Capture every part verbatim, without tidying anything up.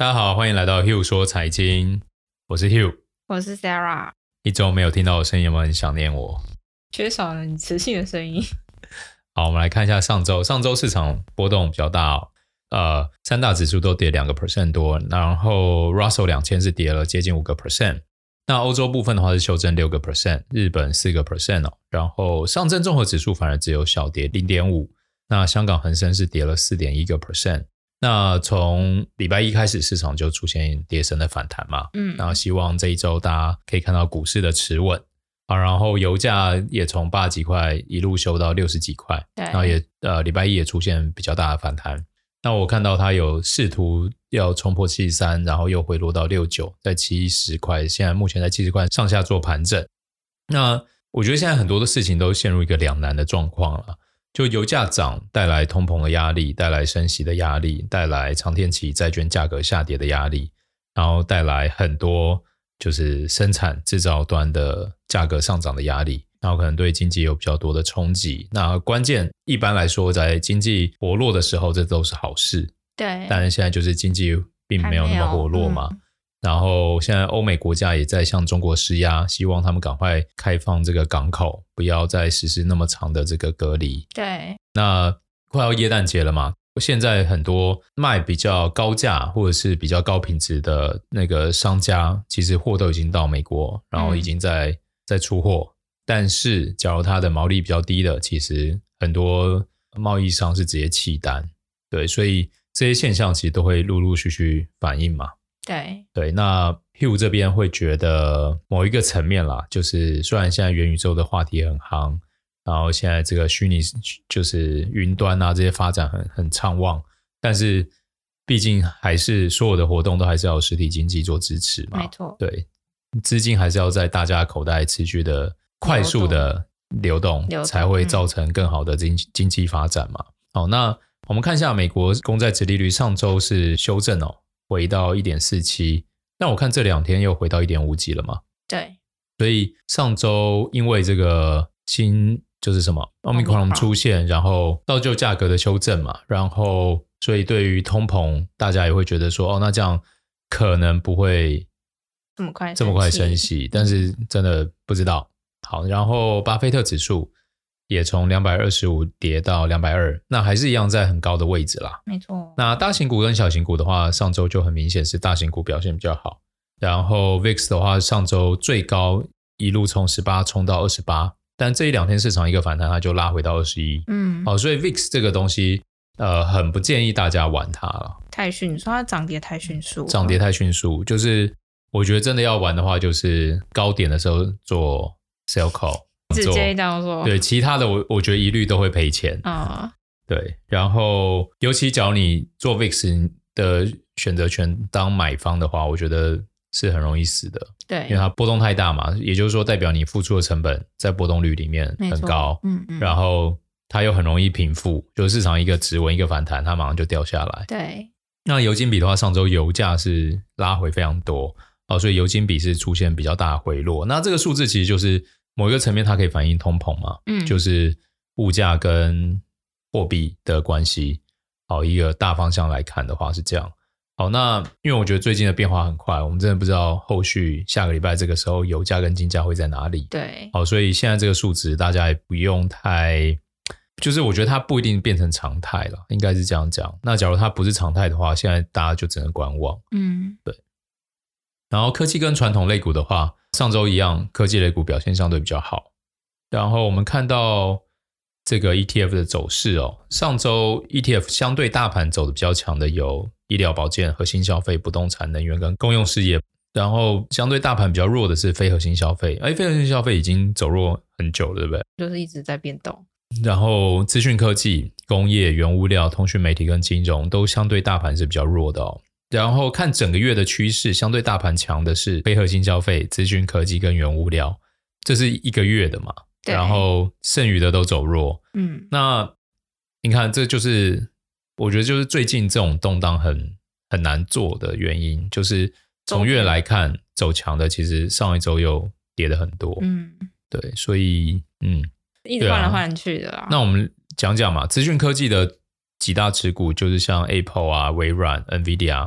大家好，欢迎来到 Hugh 说财经，我是 Hugh， 我是 Sarah。 一周没有听到我声音，有没有很想念我？ 缺少了你磁性的声音。 好，我们来看一下上周上周市场波动比较大哦，呃，三大指数都跌 百分之二 多，然后 Russell 两千是跌了接近 百分之五， 那欧洲部分的话是修正 百分之六， 日本 百分之四 哦，然后上证综合指数反而只有小跌 零点五， 那香港恒生是跌了 百分之四点一。那从礼拜一开始市场就出现跌升的反弹嘛，嗯，然后希望这一周大家可以看到股市的持稳啊，然后油价也从八十几块一路修到六十几块，然后也呃礼拜一也出现比较大的反弹。那我看到它有试图要冲破七十三，然后又回落到六十九，在七十块，现在目前在七十块上下做盘整。那我觉得现在很多的事情都陷入一个两难的状况了。就油价涨带来通膨的压力，带来升息的压力，带来长天期债券价格下跌的压力，然后带来很多就是生产制造端的价格上涨的压力，然后可能对经济有比较多的冲击。那关键一般来说在经济活络的时候这都是好事， 对， 但是现在就是经济并没有那么活络嘛，然后现在欧美国家也在向中国施压，希望他们赶快开放这个港口，不要再实施那么长的这个隔离。 对， 那快要耶诞节了嘛，现在很多卖比较高价或者是比较高品质的那个商家，其实货都已经到美国，然后已经在、嗯、在出货，但是假如它的毛利比较低的，其实很多贸易商是直接弃单，对，所以这些现象其实都会陆陆续续反映嘛。 对对，那 Hugh 这边会觉得某一个层面啦，就是虽然现在元宇宙的话题很夯，然后现在这个虚拟就是云端啊这些发展很很畅旺，但是毕竟还是所有的活动都还是要有实体经济做支持嘛， 没错， 对，资金还是要在大家口袋持续的快速的流动，流动才会造成更好的经经济发展嘛。好，那我们看一下美国公债殖利率上周是修正哦，回到 一点四七， 那我看这两天又回到 一点五几了嘛。 对， 所以上周因为这个新就是什么 Omicron 出现，然后造就价格的修正嘛，然后所以对于通膨大家也会觉得说，哦，那这样可能不会这么快这么快升息，但是真的不知道。好，然后巴菲特指数也从两百二十五跌到两百二十，那还是一样在很高的位置啦。 没错。 那大型股跟小型股的话，上周就很明显是大型股表现比较好。然后 V I X 的话，上周最高一路从十八冲到二十八，但这一两天市场一个反弹，它就拉回到二十一。嗯，好，所以 V I X 这个东西，呃，很不建议大家玩它了。 太迅速，它涨跌太迅速。 涨跌太迅速，就是我觉得真的要玩的话，就是高点的时候做 sell call。 直接这样说， 对，其他的我我觉得一律都会赔钱啊、哦。对，然后尤其假如你做 V I X 的选择权当买方的话，我觉得是很容易死的。 对， 因为它波动太大嘛，也就是说代表你付出的成本在波动率里面很高，嗯嗯，然后它又很容易平复，就是市场一个止稳一个反弹，它马上就掉下来。 对， 那油金比的话，上周油价是拉回非常多，哦，所以油金比是出现比较大的回落。那这个数字其实就是某一个层面它可以反映通膨嘛，嗯，就是物价跟货币的关系。好，一个大方向来看的话是这样。好，那因为我觉得最近的变化很快，我们真的不知道后续下个礼拜这个时候油价跟金价会在哪里。 对， 好，所以现在这个数值大家也不用太，就是我觉得它不一定变成常态了，应该是这样讲。那假如它不是常态的话，现在大家就只能观望。嗯，对。然后科技跟传统类股的话，上周一样，科技类股表现相对比较好。然后我们看到这个 E T F 的走势哦，上周 E T F 相对大盘走的比较强的有医疗保健、核心消费、不动产、能源跟公用事业。然后相对大盘比较弱的是非核心消费，哎，非核心消费已经走弱很久了，对不对？ 就是一直在变动。 然后资讯科技、工业、原物料、通讯媒体跟金融都相对大盘是比较弱的哦。然后看整个月的趋势，相对大盘强的是非核心消费、资讯科技跟原物料，这是一个月的嘛，然后剩余的都走弱。嗯，那你看这就是我觉得就是最近这种动荡很很难做的原因，就是从月来看走强的其实上一周又跌了很多。嗯，对，所以嗯一直换来换去的啦、啊。 那我们讲讲嘛，资讯科技的几大持股就是像 Apple 啊、微软、Nvidia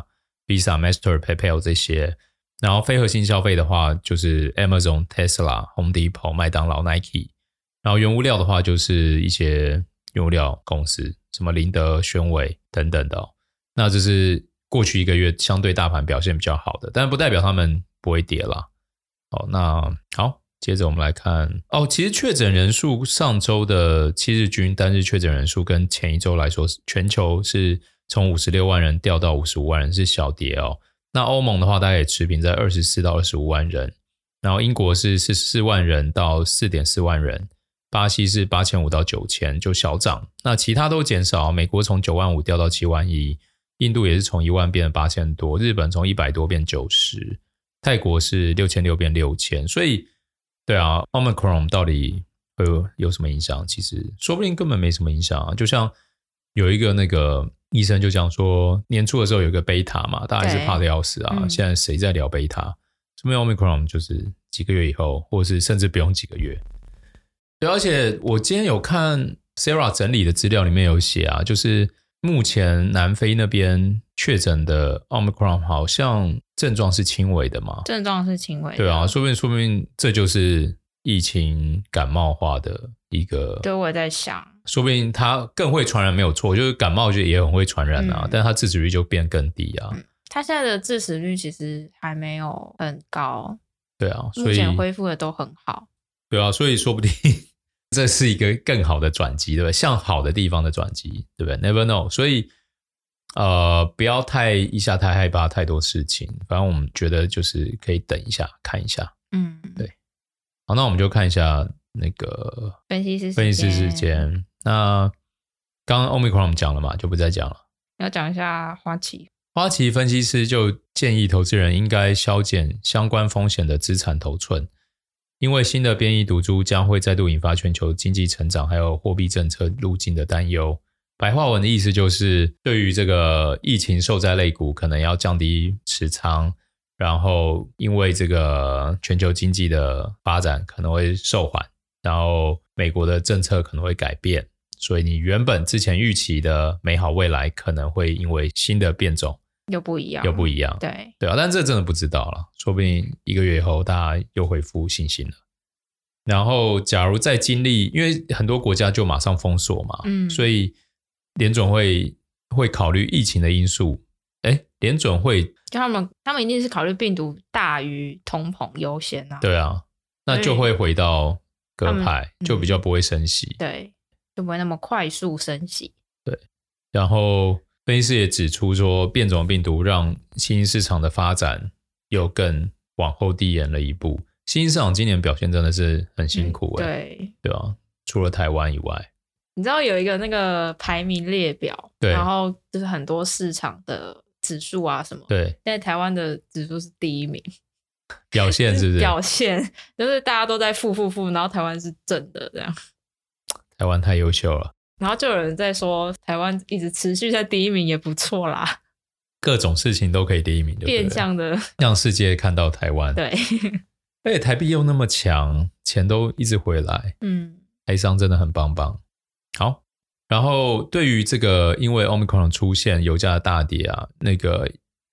Visa、Master、PayPal 这些。然后非核心消费的话就是 Amazon、Tesla、Home Depot、麦当劳、Nike。然后原物料的话就是一些原物料公司，什么林德、宣伟等等的、哦。那这是过去一个月相对大盘表现比较好的，但不代表他们不会跌啦。好，那好，接着我们来看哦，其实确诊人数上周的七日均单日确诊人数跟前一周来说，全球是从五十六万人掉到五十五万人，是小跌哦。那欧盟的话大概也持平在二十四到二十五万人，然后英国是四十四万人到 四点四万人，巴西是八千五到九千，就小涨。那其他都减少，美国从九万五掉到七万一，印度也是从一万变八千多，日本从一百多变九十，泰国是六千六变六千。所以对啊 Omicron 到底会有什么影响？其实说不定根本没什么影响啊。就像有一个那个医生就讲说，年初的时候有一个贝塔嘛，大家还是怕的要死啊。现在谁在聊贝塔？说明 Omicron 就是几个月以后，或者是甚至不用几个月。对，而且我今天有看 Sarah 整理的资料，里面有写啊，就是目前南非那边确诊的 Omicron 好像症状是轻微的嘛？ 症状是轻微的。 对啊，说不定说不定这就是疫情感冒化的一个。 对，我也在想， 说不定它更会传染没有错，就是感冒就也很会传染啊，嗯、但它致死率就变更低啊。嗯， 它现在的致死率其实还没有很高。 对啊，所以目前恢复的都很好。 对啊，所以说不定这是一个更好的转机，对不对？向好的地方的转机，对不对 ？Never know。所以呃，不要太一下太害怕太多事情，反正我们觉得就是可以等一下看一下。嗯，对。好，那我们就看一下那个分析师分析师时间。那刚刚 Omicron 我们讲了嘛，就不再讲了。 要讲一下花旗。 花旗分析师就建议投资人应该削减相关风险的资产头寸，因为新的变异毒株将会再度引发全球经济成长还有货币政策路径的担忧。白话文的意思就是对于这个疫情受灾类股可能要降低持仓，然后因为这个全球经济的发展可能会受缓，然后美国的政策可能会改变，所以你原本之前预期的美好未来可能会因为新的变种又不一样， 又不一样， 对对啊，但这真的不知道了，说不定一个月以后大家又恢复信心了。然后，假如再经历，因为很多国家就马上封锁嘛，嗯，所以联准会会考虑疫情的因素。哎，联准会他们他们一定是考虑病毒大于通膨优先啊。 对啊，那就会回到鸽派，就比较不会升息， 嗯，对，就不会那么快速升息。 对，然后。分析师也指出说，变种病毒让新兴市场的发展又更往后递延了一步。新兴市场今年表现真的是很辛苦，欸， 嗯，对对啊，除了台湾以外， 你知道有一个那个排名列表， 对， 然后就是很多市场的指数啊什么， 对， 现在台湾的指数是第一名， 表现是不是？ 表现就是大家都在负负负，然后台湾是正的这样。 台湾太优秀了。 然后就有人在说台湾一直持续在第一名也不错啦， 各种事情都可以第一名，对不对？ 变相的让世界看到台湾。 对， 而且台币又那么强，钱都一直回来，嗯，台商真的很棒棒。好，然后对于这个因为 Omicron 出现油价的大跌啊，那个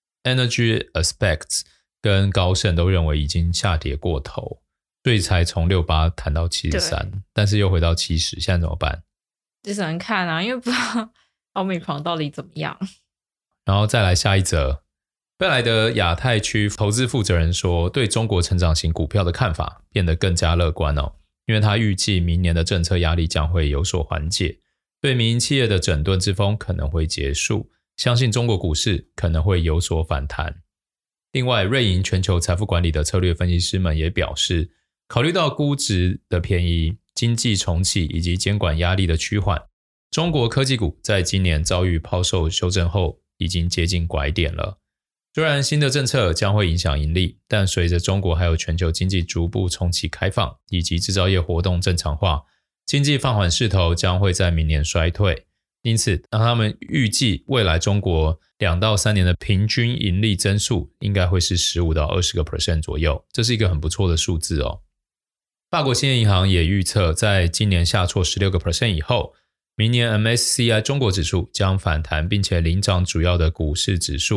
Energy Aspects 跟高盛都认为已经下跌过头，所以才从六十八谈到七十三，但是又回到七十，现在怎么办？ 就只能看啊，因为不知道奥密克戎到底怎么样。 然后再来下一则，贝莱德亚太区投资负责人说，对中国成长型股票的看法变得更加乐观哦，因为他预计明年的政策压力将会有所缓解，对民营企业的整顿之风可能会结束，相信中国股市可能会有所反弹。另外，瑞银全球财富管理的策略分析师们也表示，考虑到估值的便宜、经济重启以及监管压力的趋缓，中国科技股在今年遭遇抛售修正后已经接近拐点了。虽然新的政策将会影响盈利，但随着中国还有全球经济逐步重启开放以及制造业活动正常化，经济放缓势头将会在明年衰退。因此让他们预计未来中国两到三年的平均盈利增速应该会是 百分之十五到百分之二十 左右，这是一个很不错的数字哦。法国兴业银行也预测，在今年下挫 百分之十六 以后，明年 M S C I 中国指数将反弹，并且领涨主要的股市指数，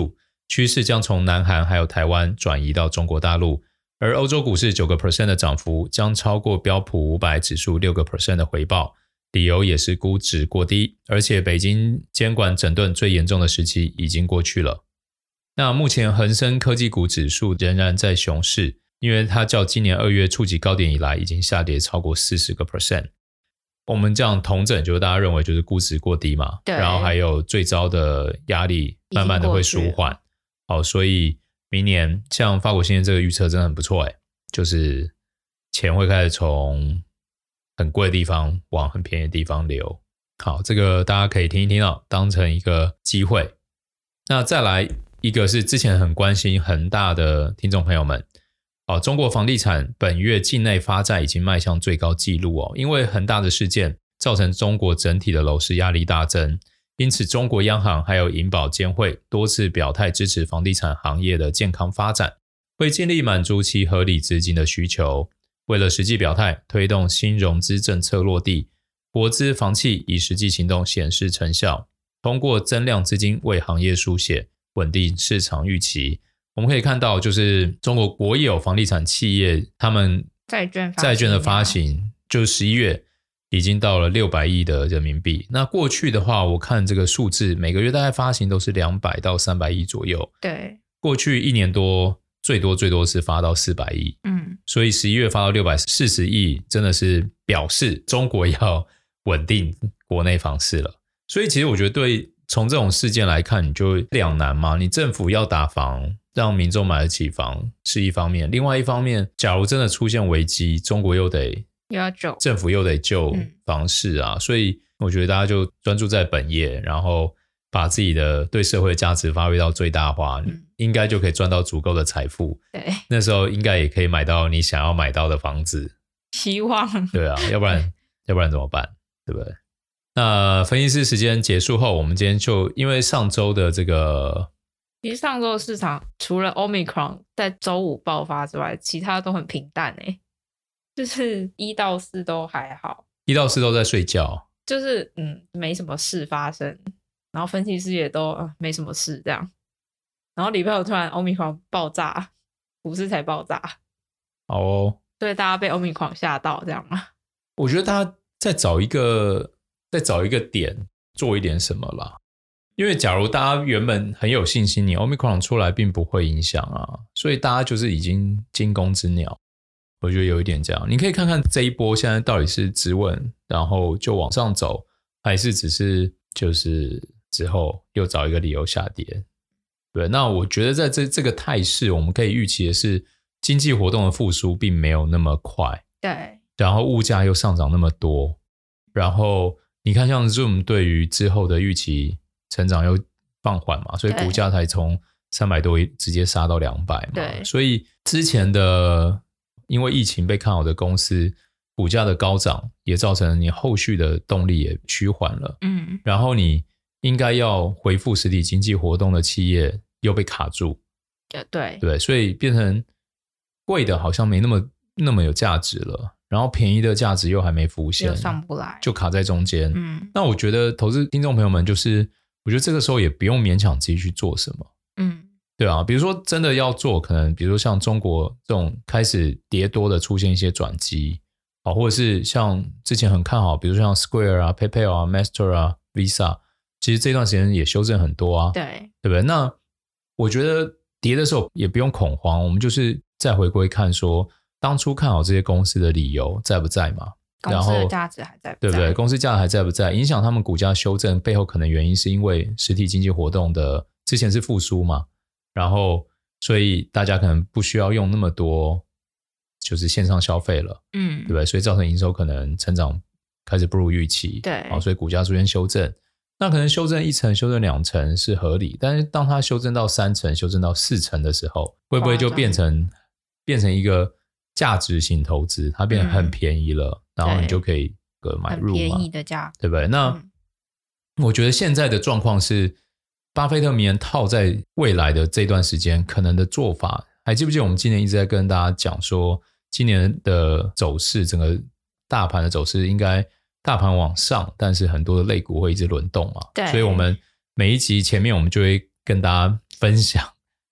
趋势将从南韩还有台湾转移到中国大陆，而欧洲股市 百分之九 的涨幅将超过标普五百指数 百分之六 的回报，理由也是估值过低，而且北京监管整顿最严重的时期已经过去了。那目前恒生科技股指数仍然在熊市，因为它较今年二月触及高点以来已经下跌超过 百分之四十。 我们这样统整就是大家认为就是估值过低嘛，然后还有最糟的压力慢慢的会舒缓。好，所以明年像法国新年这个预测真的很不错诶，就是钱会开始从很贵的地方往很便宜的地方流。好，这个大家可以听一听哦，当成一个机会。那再来一个是之前很关心恒大的听众朋友们，哦，中国房地产本月境内发债已经迈向最高纪录哦，因为恒大的事件造成中国整体的楼市压力大增，因此中国央行还有银保监会多次表态支持房地产行业的健康发展，会尽力满足其合理资金的需求。为了实际表态，推动新融资政策落地，国资房企以实际行动显示成效，通过增量资金为行业输血，稳定市场预期。我们可以看到就是中国国有房地产企业他们债券债券的发行就十一月已经到了六百亿的人民币。那过去的话我看这个数字每个月大概发行都是两百到三百亿左右， 对， 过去一年多最多最多是发到四百亿， 嗯， 所以十一月发到六百四十亿真的是表示中国要稳定国内房市了。所以其实我觉得对从这种事件来看，你就两难嘛，你政府要打房让民众买得起房是一方面，另外一方面假如真的出现危机，中国又得又要救政府又得救房市啊、嗯、所以我觉得大家就专注在本业，然后把自己的对社会价值发挥到最大化、嗯、应该就可以赚到足够的财富，对，那时候应该也可以买到你想要买到的房子， 希望， 对啊，要不然要不然怎么办，对不对？那分析师时间结束后，我们今天就因为上周的这个其实上周的市场除了 Omicron 在周五爆发之外，其他都很平淡欸，就是一到四都还好， 一到四都在睡觉， 就是嗯没什么事发生，然后分析师也都、呃、没什么事这样，然后礼拜五突然 Omicron 爆炸，股市才爆炸， 好哦， 所以大家被 Omicron 吓到这样吗？ 我觉得大家再找一个再找一个点做一点什么啦，因为假如大家原本很有信心你 Omicron 出来并不会影响啊，所以大家就是已经惊弓之鸟，我觉得有一点这样。你可以看看这一波现在到底是止稳然后就往上走，还是只是就是之后又找一个理由下跌。对，那我觉得在这这个态势我们可以预期的是经济活动的复苏并没有那么快， 对， 然后物价又上涨那么多，然后你看像 Zoom 对于之后的预期成长又放缓嘛，所以股价才从三百多直接杀到两百嘛。对，所以之前的因为疫情被看好的公司股价的高涨也造成你后续的动力也趋缓了，嗯，然后你应该要恢复实体经济活动的企业又被卡住， 对对，所以变成贵的好像没那么那么有价值了，然后便宜的价值又还没浮现， 又上不来， 就卡在中间。嗯，那我觉得投资听众朋友们就是我觉得这个时候也不用勉强自己去做什么，嗯，对啊，比如说真的要做，可能比如说像中国这种开始跌多的出现一些转机，好，或者是像之前很看好比如说像 Square 啊 PayPal 啊 Master 啊 Visa， 其实这段时间也修正很多啊， 对， 对不对？那我觉得跌的时候也不用恐慌，我们就是再回归看说当初看好这些公司的理由在不在嘛， 公司的价值还在不在， 对不对？公司价值还在不在，影响他们股价修正背后可能原因是因为实体经济活动的之前是复苏嘛，然后所以大家可能不需要用那么多就是线上消费了，嗯，对不对？所以造成营收可能成长开始不如预期， 对， 所以股价出现修正，那可能修正一成修正两成是合理，但是当它修正到三成修正到四成的时候，会不会就变成变成一个价值型投资，它变得很便宜了，嗯，然后你就可以买入嘛， 很便宜的价， 对不对？那，嗯，我觉得现在的状况是巴菲特明年套在未来的这段时间可能的做法，还记不记得我们今年一直在跟大家讲说今年的走势，整个大盘的走势应该大盘往上，但是很多的类股会一直轮动嘛， 对， 所以我们每一集前面我们就会跟大家分享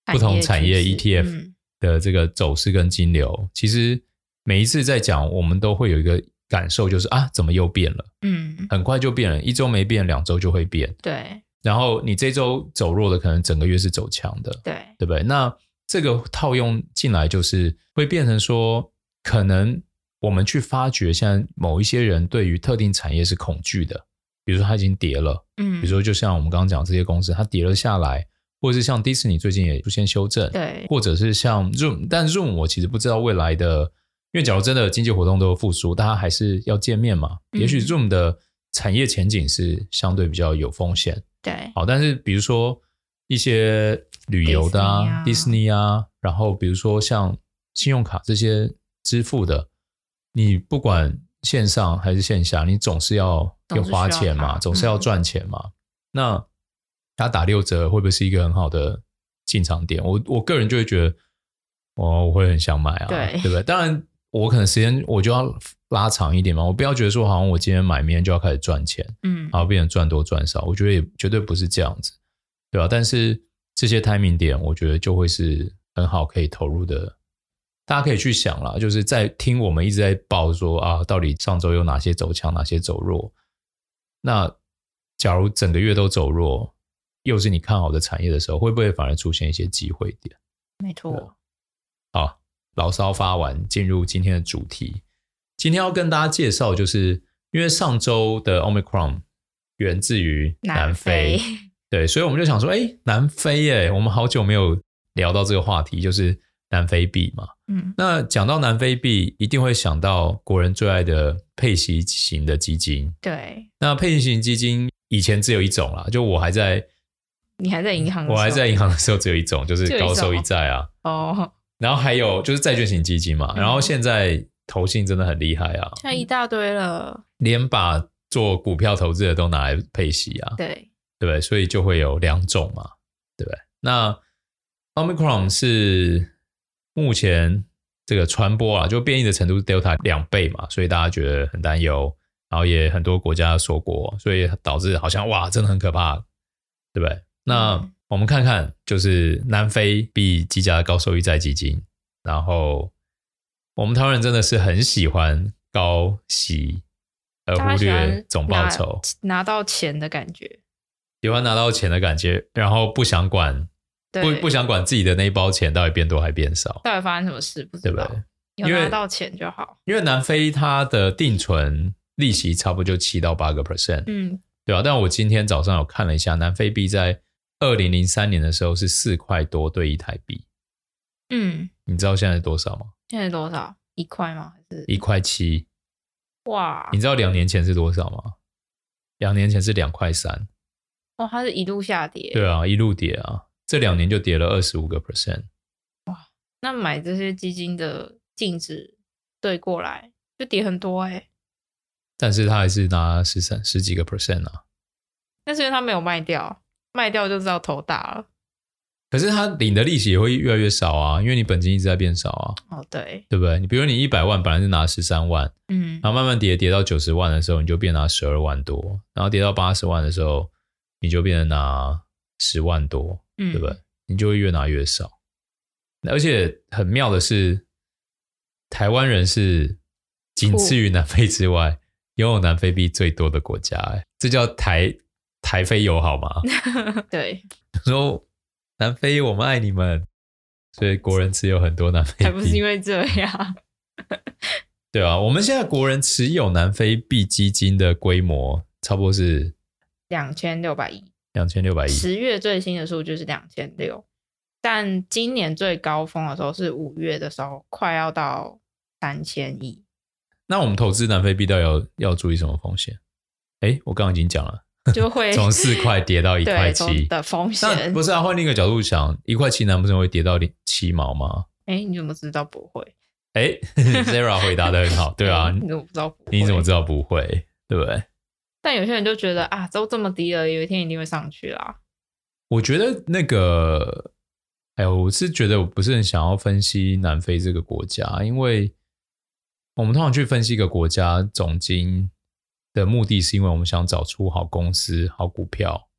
不同产业 E T F 嗯的这个走势跟金流，其实每一次在讲，我们都会有一个感受，就是啊，怎么又变了？ 嗯， 很快就变了，一周没变，两周就会变。 对然后你这周走弱的，可能整个月是走强的， 对对不对？那这个套用进来，就是会变成说，可能我们去发掘，现在某一些人对于特定产业是恐惧的，比如说它已经跌了， 嗯， 比如说就像我们刚刚讲这些公司，它跌了下来，或者是像迪士尼最近也出现修正， 对， 或者是像 Zoom， 但 Zoom 我其实不知道未来的，因为假如真的经济活动都复苏，大家还是要见面嘛， 嗯也许 Zoom 的产业前景是相对比较有风险， 对， 好，但是比如说一些旅游的啊，迪士尼啊，然后比如说像信用卡这些支付的，你不管线上还是线下，你总是要要花钱嘛，总是要赚钱嘛。嗯、那它打六折会不会是一个很好的进场点？我我个人就会觉得，哦，我会很想买啊， 对， 对不对？当然，我可能时间我就要拉长一点嘛，我不要觉得说好像我今天买，明天就要开始赚钱，嗯，然后变成赚多赚少，我觉得也绝对不是这样子，对吧？但是这些 timing 点，我觉得就会是很好可以投入的。大家可以去想啦，就是在听我们一直在报说啊，到底上周有哪些走强，哪些走弱。那假如整个月都走弱，又是你看好的产业的时候，会不会反而出现一些机会点？ 没错。 好，牢骚发完，进入今天的主题。今天要跟大家介绍，就是因为上周的 Omicron 源自于南非，南非对，所以我们就想说，哎，南非耶，我们好久没有聊到这个话题，就是南非币嘛。嗯，那讲到南非币，一定会想到国人最爱的配息型的基金。 对， 那配息型基金以前只有一种啦，就我还在， 你还在银行的时候， 我还在银行的时候只有一种，就是高收益债啊。哦，然后还有就是债券型基金嘛，嗯、然后现在投信真的很厉害啊， 现在一大堆了， 连把做股票投资的都拿来配息啊。 对， 对不对？所以就会有两种嘛，对不对？那 Omicron 是目前这个传播啊，就变异的程度是 Delta 两倍嘛，所以大家觉得很担忧，然后也很多国家锁国，所以导致好像哇，真的很可怕，对不对？那我们看看，就是南非币基价的高收益债基金，然后我们台湾人真的是很喜欢高息，而忽略总报酬， 拿, 拿到钱的感觉， 喜欢拿到钱的感觉，然后不想管。不不想管自己的那一包钱到底变多还变少， 到底发生什么事不知道，对不对？有拿到钱就好。 因为南非它的定存利息差不多就七到八个 percent， 嗯，对吧？但我今天早上有看了一下，南非币在二零零三年的时候是四块多兑一台币，嗯，你知道现在是多少吗？ 现在多少？一块吗？还是一块七？ 哇！ 你知道两年前是多少吗？两年前是两块三。 哦，它是一路下跌。 对啊，一路跌啊。这两年就跌了 百分之二十五 percent， 哇！那买这些基金的净值对过来就跌很多哎、欸， 但是他还是拿十三十几个 percent 啊。 那是因为他没有卖掉，卖掉就知道头大了。 可是他领的利息也会越来越少啊，因为你本金一直在变少啊。 哦，对， 对不对？你比如你一百万本来是拿十三万，嗯，然后慢慢跌跌到九十万的时候，你就变拿十二万多，然后跌到八十万的时候，你就变成拿十万多。嗯、对不对？你就会越拿越少，而且很妙的是，台湾人是仅次于南非之外，拥有南非币最多的国家，哎，这叫台台非友好吗？ 对， 说南非我们爱你们，所以国人持有很多南非币， 还不是因为这样？ 对啊，我们现在国人持有南非币基金的规模差不多是两千六百亿。 两千六百亿， 十月最新的数据是两千六百，但今年最高峰的时候是五月的时候，快要到三千亿。 那我们投资南非币到底要要注意什么风险？哎，我刚刚已经讲了， 就会从四块跌到一块七的风险。 那不是啊？换另一个角度想，一块七难不成会跌到七毛吗？ 哎，你怎么知道不会？ 哎 ，Sarah 回答的很好，对啊， 你怎么不知道不会？ 你怎么知道不会？对不对？ 但有些人就觉得啊，都这么低了，有一天一定会上去啦。 我觉得那个，哎呦，我是觉得我不是很想要分析南非这个国家，因为我们通常去分析一个国家总经的目的是因为我们想找出好公司、好股票，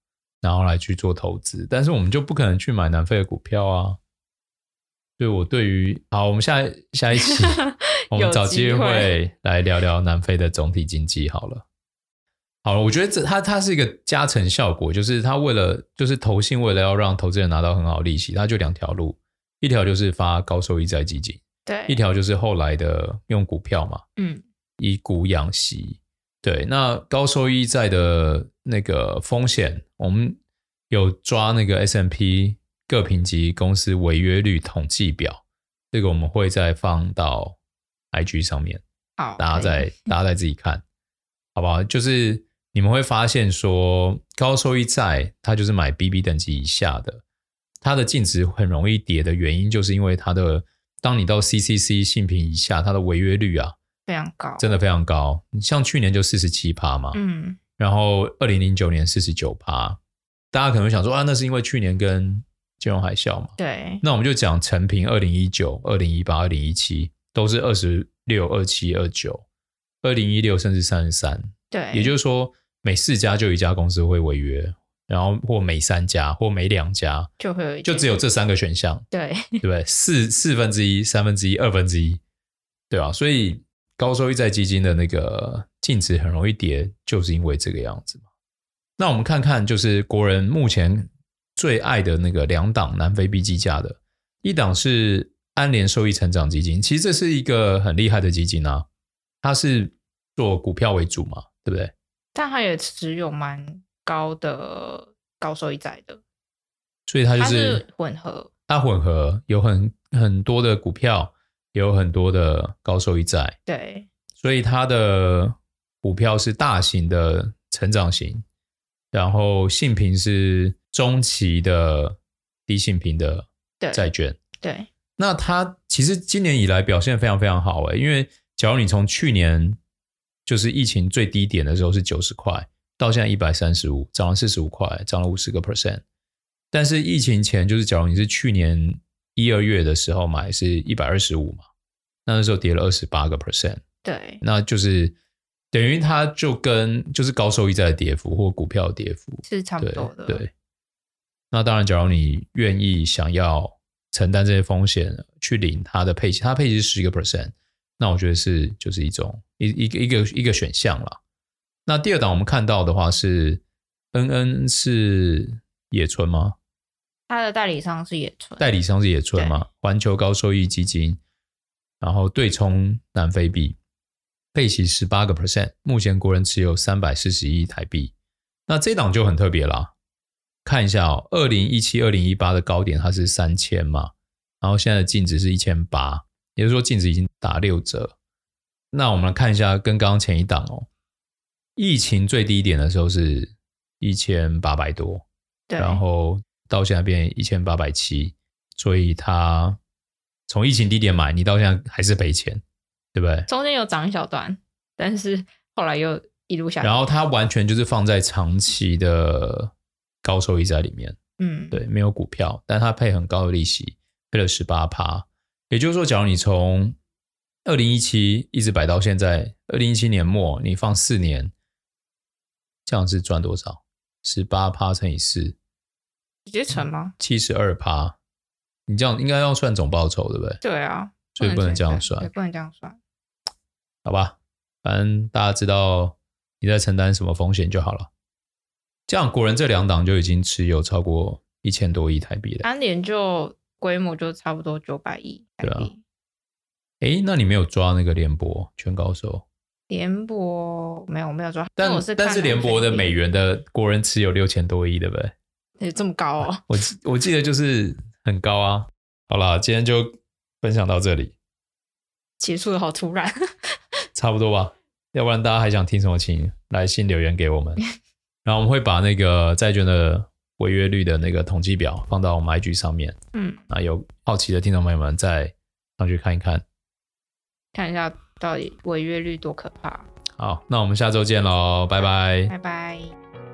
然后来去做投资，但是我们就不可能去买南非的股票啊。所以我对于好，我们下下一期我们找机会来聊聊南非的总体经济好了。好了，我觉得这它它是一个加成效果，就是它为了就是投信为了要让投资人拿到很好的利息，它就两条路，一条就是发高收益债基金， 对， 一条就是后来的用股票嘛， 嗯， 以股养息。对，那高收益债的那个风险，我们有抓那个 S and P 各评级公司违约率统计表，这个我们会再放到 I G 上面， 好， 大家再大家再自己看，好不好？就是你们会发现说，高收益债它就是买 B B 等级以下的，它的净值很容易跌的原因，就是因为它的当你到 C C C 信评以下，它的违约率啊非常高， 真的非常高。像去年就 百分之四十七 嘛， 嗯， 然后二零零九年 百分之四十九， 大家可能会想说啊，那是因为去年跟金融海啸嘛。 对， 那我们就讲成评二零一九、二零一八、二零一七都是二十六、二十七、二十九，二零一六甚至三十三。 对， 也就是说每四家就有一家公司会违约，然后或每三家或每两家就会有一就只有这三个选项， 对， 对不对？四四分之一、三分之一、二分之一，对吧？所以高收益债基金的那个净值很容易跌，就是因为这个样子嘛。那我们看看，就是国人目前最爱的那个两档南非币计价的，一档是安联收益成长基金，其实这是一个很厉害的基金啊，它是做股票为主嘛，对不对？ 但它也持有蛮高的高收益债的， 所以它就是它是混合， 它混合有很很多的股票，也有很多的高收益债， 对， 所以它的股票是大型的成长型，然后信评是中期的低信评的债券。 对， 那它其实今年以来表现非常非常好诶，因为假如你从去年就是疫情最低点的时候是九十块，到现在一百三十五，涨了四十五块，涨了 百分之五十。但是疫情前就是假如你是去年一二月的时候买是一百二十五嘛，那时候跌了 百分之二十八。 对， 那就是等于它就跟就是高收益债的跌幅或股票的跌幅是差不多的。 对，对，那当然假如你愿意想要承担这些风险去领它的配息，它配息是 百分之十， 那我觉得是就是一种一一个一个一个选项啦。那第二档我们看到的话是 N N 是野村吗？ 它的代理商是野村， 代理商是野村吗？环球高收益基金，然后对冲南非币，配息 百分之十八， 目前国人持有三百四十亿台币。那这档就很特别啦，看一下哦，二零一七、二零一八的高点它是三千嘛，然后现在的净值是一千八百，也就是说净值已经打六折。那我们来看一下跟刚刚前一档哦，疫情最低点的时候是一千八百多， 对， 然后到现在变一千八百七十，所以它从疫情低点买，你到现在还是赔钱，对不对？ 中间有涨一小段，但是后来又一路下去。 然后它完全就是放在长期的高收益债里面， 嗯， 对，没有股票，但它配很高的利息，配了 百分之十八。 也就是说假如你从二零一七一直摆到现在二零一七年末，你放四年，这样是赚多少？ 十八 乘以四， 直接乘吗？ 七十二。 你这样应该要算总报酬，对不对？ 对啊， 所以不能这样算， 对，不能这样算， 好吧，反正大家知道你在承担什么风险就好了。这样国人这两档就已经持有超过一千多亿台币了， 安联就规模就差不多九百亿台币。对啊， 诶，那你没有抓那个联博全高收？ 联博没有没有抓， 但我是但是联博的美元的国人持有六千多亿，对不对？ 有这么高哦？ 我我记得就是很高啊。好啦，今天就分享到这里， 结束的好突然， 差不多吧。要不然大家还想听什么，请来信留言给我们，然后我们会把那个债券的违约率的那个统计表放到我们 I G 上面。 嗯， 那有好奇的听众朋友们再上去看一看， 看一下到底违约率多可怕。 好，那我们下周见咯，拜拜， 拜拜。